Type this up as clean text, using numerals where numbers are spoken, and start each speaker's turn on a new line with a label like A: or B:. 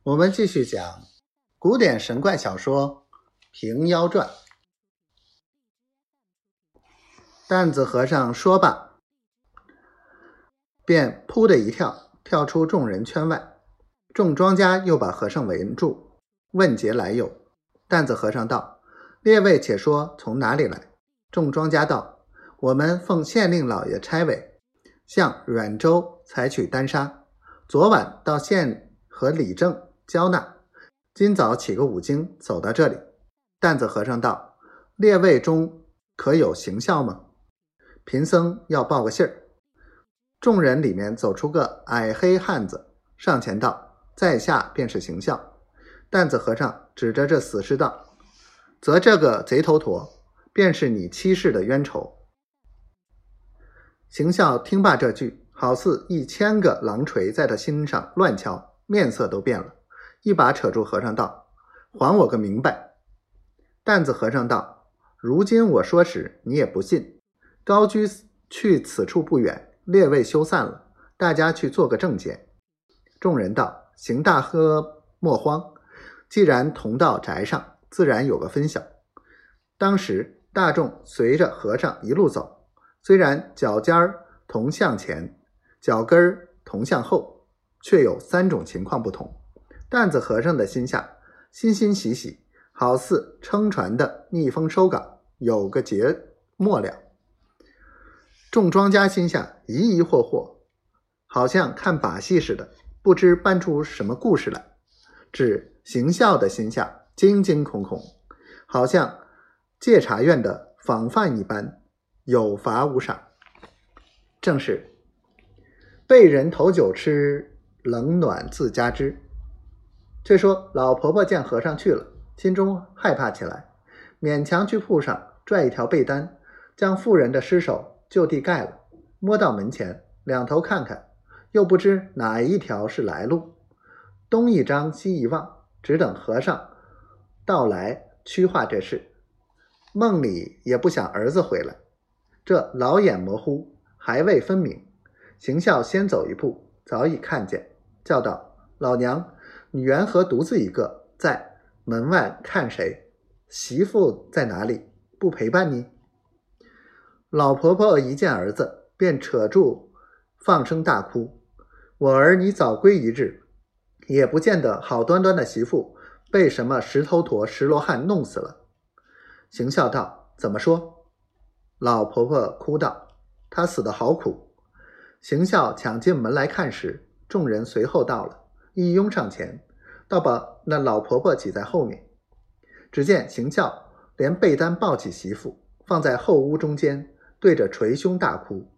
A: 我们继续讲古典神怪小说《平妖传》。担子和尚说罢，便扑的一跳，跳出众人圈外。众庄家又把和尚围住，问劫来由。担子和尚道：列位且说从哪里来？众庄家道：我们奉县令老爷差委，向阮州采取丹砂，昨晚到县和里正交纳，今早起个5更走到这里。担子和尚道：列位中可有行孝吗？贫僧要报个信儿。众人里面走出个矮黑汉子，上前道：在下便是行孝。担子和尚指着这死尸道：则这个贼头陀便是你妻室的冤仇。行孝听罢这句，好似1000个狼锤在他心上乱敲，面色都变了，一把扯住和尚道：还我个明白。担子和尚道：如今我说时你也不信，高居去此处不远，列位休散了，大家去做个正解。众人道：行大哥莫慌，既然同到宅上，自然有个分晓。当时大众随着和尚一路走，虽然脚尖同向前，脚跟同向后，却有3种情况不同。担子和尚的心下欣欣喜喜，好似撑船的逆风收港，有个结末了。众庄家心下疑疑惑惑，好像看把戏似的，不知搬出什么故事来。只行孝的心下惊惊恐恐，好像戒察院的访犯一般，有罚无赏。正是被人投酒吃，冷暖自家知。却说老婆婆见和尚去了，心中害怕起来，勉强去铺上拽一条被单，将妇人的尸首就地盖了，摸到门前，两头看看，又不知哪一条是来路，东一张西一望，只等和尚到来驱化这事。梦里也不想儿子回来，这老眼模糊，还未分明。行孝先走一步，早已看见，叫道：老娘，你缘何独自一个在门外看谁？媳妇在哪里？不陪伴你？老婆婆一见儿子，便扯住放声大哭。我儿你早归一日，也不见得好端端的媳妇被什么石头陀石罗汉弄死了。行孝道：怎么说？老婆婆哭道：她死得好苦。行孝抢进门来看时，众人随后到了，一拥上前，倒把那老婆婆挤在后面。只见行孝连被单抱起媳妇，放在后屋中间，对着捶胸大哭。